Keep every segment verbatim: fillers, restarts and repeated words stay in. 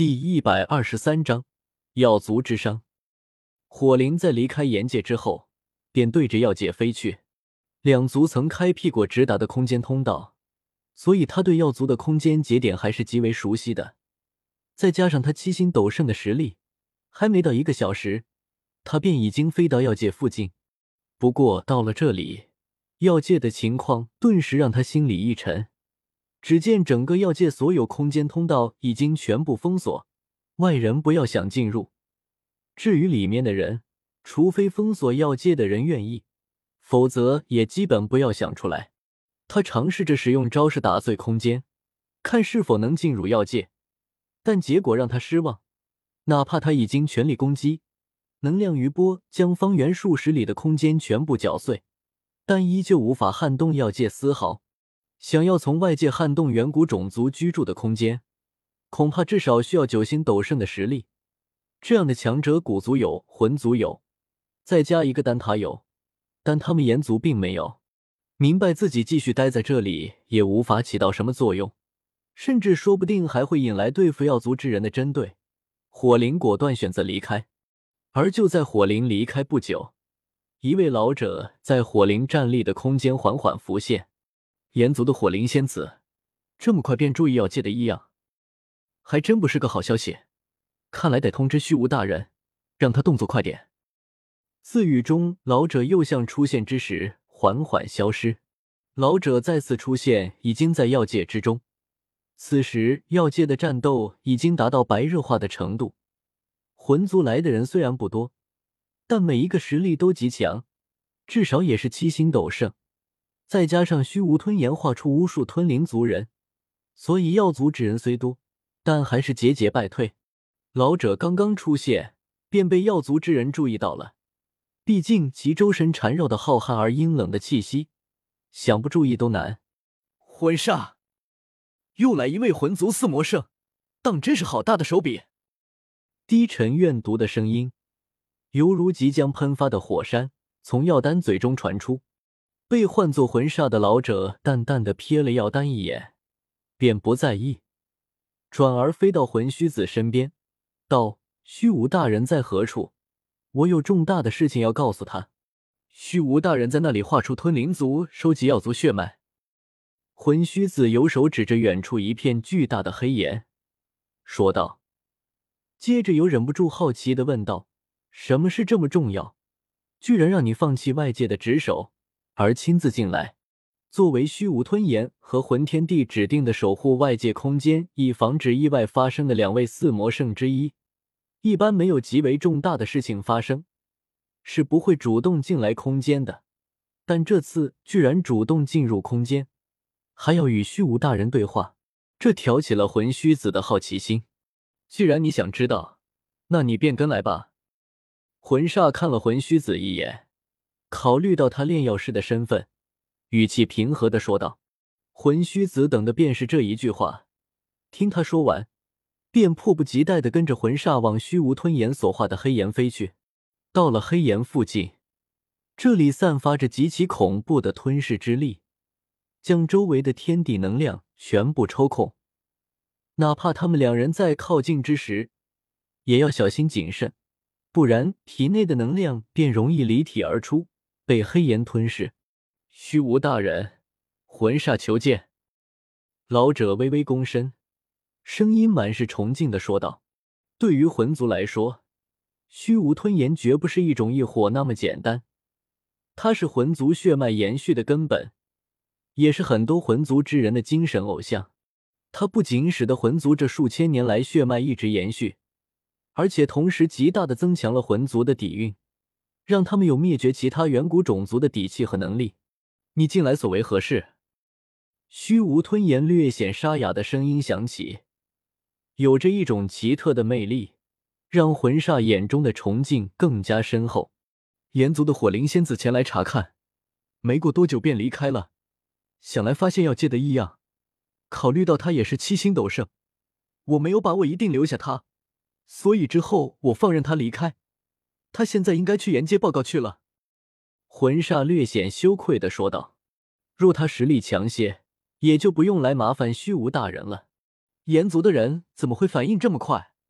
第一百二十三章药族之殇。火灵在离开岩界之后，便对着药界飞去。两族曾开辟过直达的空间通道，所以他对药族的空间节点还是极为熟悉的。再加上他七星斗圣的实力，还没到一个小时，他便已经飞到药界附近。不过到了这里，药界的情况顿时让他心里一沉。只见整个药界所有空间通道已经全部封锁，外人不要想进入。至于里面的人，除非封锁药界的人愿意，否则也基本不要想出来。他尝试着使用招式打碎空间，看是否能进入药界，但结果让他失望。哪怕他已经全力攻击，能量余波将方圆数十里的空间全部搅碎，但依旧无法撼动药界丝毫。想要从外界撼动远古种族居住的空间，恐怕至少需要九星斗圣的实力。这样的强者古族有，魂族有，再加一个丹塔有，但他们炎族并没有。明白自己继续待在这里也无法起到什么作用，甚至说不定还会引来对付药族之人的针对。火灵果断选择离开。而就在火灵离开不久，一位老者在火灵站立的空间缓缓浮现。炎族的火灵仙子这么快便注意药界的异样，还真不是个好消息。看来得通知虚无大人，让他动作快点。自语中，老者又像出现之时缓缓消失。老者再次出现已经在药界之中。此时药界的战斗已经达到白热化的程度。魂族来的人虽然不多，但每一个实力都极强，至少也是七星斗圣。再加上虚无吞炎化出无数吞灵族人，所以药族之人虽多，但还是节节败退。老者刚刚出现，便被药族之人注意到了。毕竟其周身缠绕的浩瀚而阴冷的气息，想不注意都难。 魂煞，又来一位魂族四魔圣，当真是好大的手笔。 低沉怨毒的声音，犹如即将喷发的火山，从药丹嘴中传出。被唤作魂煞的老者淡淡的瞥了药丹一眼，便不在意，转而飞到魂虚子身边，道：虚无大人在何处？我有重大的事情要告诉他。 虚无大人在那里画出吞灵族，收集药族血脉。 魂虚子由手指着远处一片巨大的黑岩，说道。接着又忍不住好奇地问道：什么事这么重要，居然让你放弃外界的职守，而亲自进来？作为虚无吞炎和魂天帝指定的守护外界空间以防止意外发生的两位四魔圣之一，一般没有极为重大的事情发生，是不会主动进来空间的。但这次居然主动进入空间，还要与虚无大人对话，这挑起了魂虚子的好奇心。既然你想知道，那你便跟来吧。魂煞看了魂虚子一眼，考虑到他炼药师的身份，语气平和地说道。魂虚子等的便是这一句话，听他说完，便迫不及待地跟着魂煞往虚无吞炎所化的黑岩飞去。到了黑岩附近，这里散发着极其恐怖的吞噬之力，将周围的天地能量全部抽空。哪怕他们两人在靠近之时，也要小心谨慎，不然体内的能量便容易离体而出，被黑岩吞噬。虚无大人，魂煞求见。老者微微躬身，声音满是崇敬地说道。对于魂族来说，虚无吞炎绝不是一种异火那么简单，它是魂族血脉延续的根本，也是很多魂族之人的精神偶像。它不仅使得魂族这数千年来血脉一直延续，而且同时极大地增强了魂族的底蕴，让他们有灭绝其他远古种族的底气和能力。你近来所为何事？虚无吞炎略显沙哑的声音响起，有着一种奇特的魅力，让魂煞眼中的崇敬更加深厚。 炎族的火灵仙子前来查看，没过多久便离开了，想来发现药界的异样。考虑到他也是七星斗圣，我没有把握一定留下他，所以之后我放任他离开。他现在应该去岩界报告去了。 魂煞略显羞愧地说道。若他实力强些，也就不用来麻烦虚无大人了。 炎族的人怎么会反应这么快？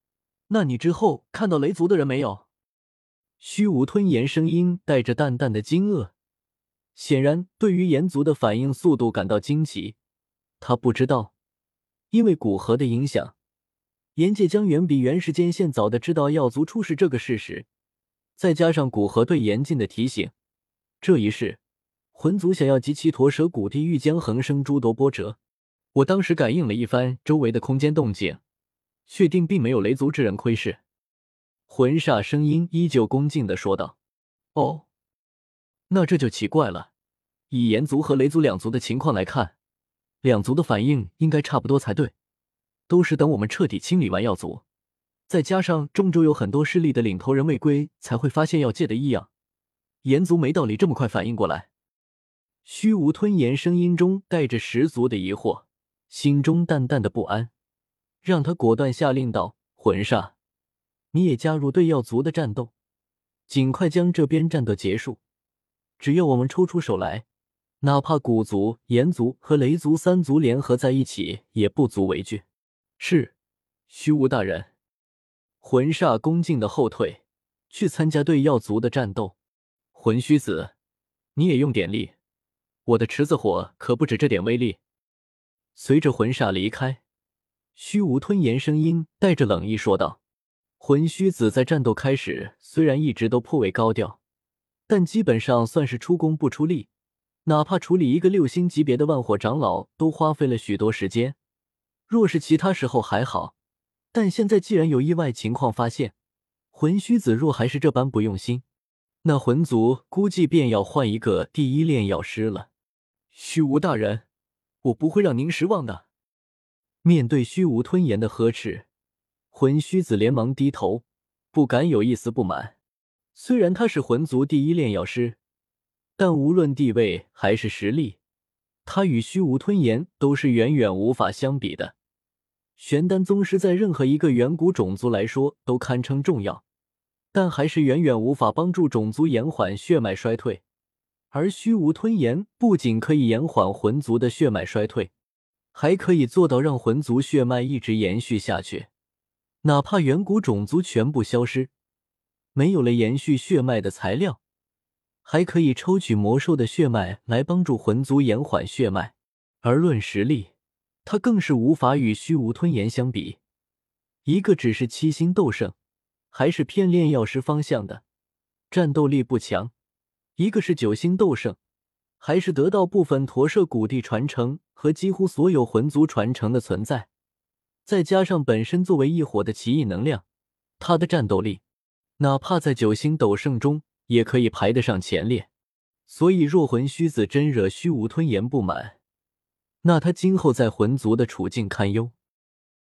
那你之后看到雷族的人没有？ 虚无吞炎声音带着淡淡的惊愕，显然对于炎族的反应速度感到惊奇。他不知道，因为古河的影响，炎界将远比原时间线早的知道药族出事这个事实，再加上古河对严禁的提醒，这一世魂族想要集齐驼蛇古地，欲将横生诸多波折。我当时感应了一番周围的空间动静，确定并没有雷族之人窥视。魂煞声音依旧恭敬地说道：“哦，那这就奇怪了。以炎族和雷族两族的情况来看，两族的反应应该差不多才对，都是等我们彻底清理完药族，再加上中州有很多势力的领头人未归，才会发现药界的异样。炎族没道理这么快反应过来。”虚无吞炎声音中带着十足的疑惑，心中淡淡的不安，让他果断下令道：“魂煞，你也加入对药族的战斗，尽快将这边战斗结束。只要我们抽出手来，哪怕古族、炎族和雷族三族联合在一起，也不足为惧。”是，虚无大人。魂煞恭敬的后退，去参加对药族的战斗。魂虚子，你也用点力，我的池子火可不止这点威力。随着魂煞离开，虚无吞炎声音带着冷意说道：“魂虚子在战斗开始虽然一直都颇为高调，但基本上算是出工不出力，哪怕处理一个六星级别的万火长老都花费了许多时间。若是其他时候还好，但现在既然有意外情况发现，魂虚子若还是这般不用心，那魂族估计便要换一个第一炼药师了。”虚无大人，我不会让您失望的。面对虚无吞炎的呵斥，魂虚子连忙低头，不敢有一丝不满。虽然他是魂族第一炼药师，但无论地位还是实力，他与虚无吞炎都是远远无法相比的。玄丹宗师在任何一个远古种族来说都堪称重要，但还是远远无法帮助种族延缓血脉衰退。而虚无吞炎不仅可以延缓魂族的血脉衰退，还可以做到让魂族血脉一直延续下去。哪怕远古种族全部消失，没有了延续血脉的材料，还可以抽取魔兽的血脉来帮助魂族延缓血脉。而论实力，他更是无法与虚无吞炎相比。一个只是七星斗圣，还是偏炼药师方向的，战斗力不强；一个是九星斗圣，还是得到部分驼舍古地传承和几乎所有魂族传承的存在，再加上本身作为异火的奇异能量，他的战斗力哪怕在九星斗圣中也可以排得上前列。所以若魂虚子真惹虚无吞炎不满，那他今后在魂族的处境堪忧。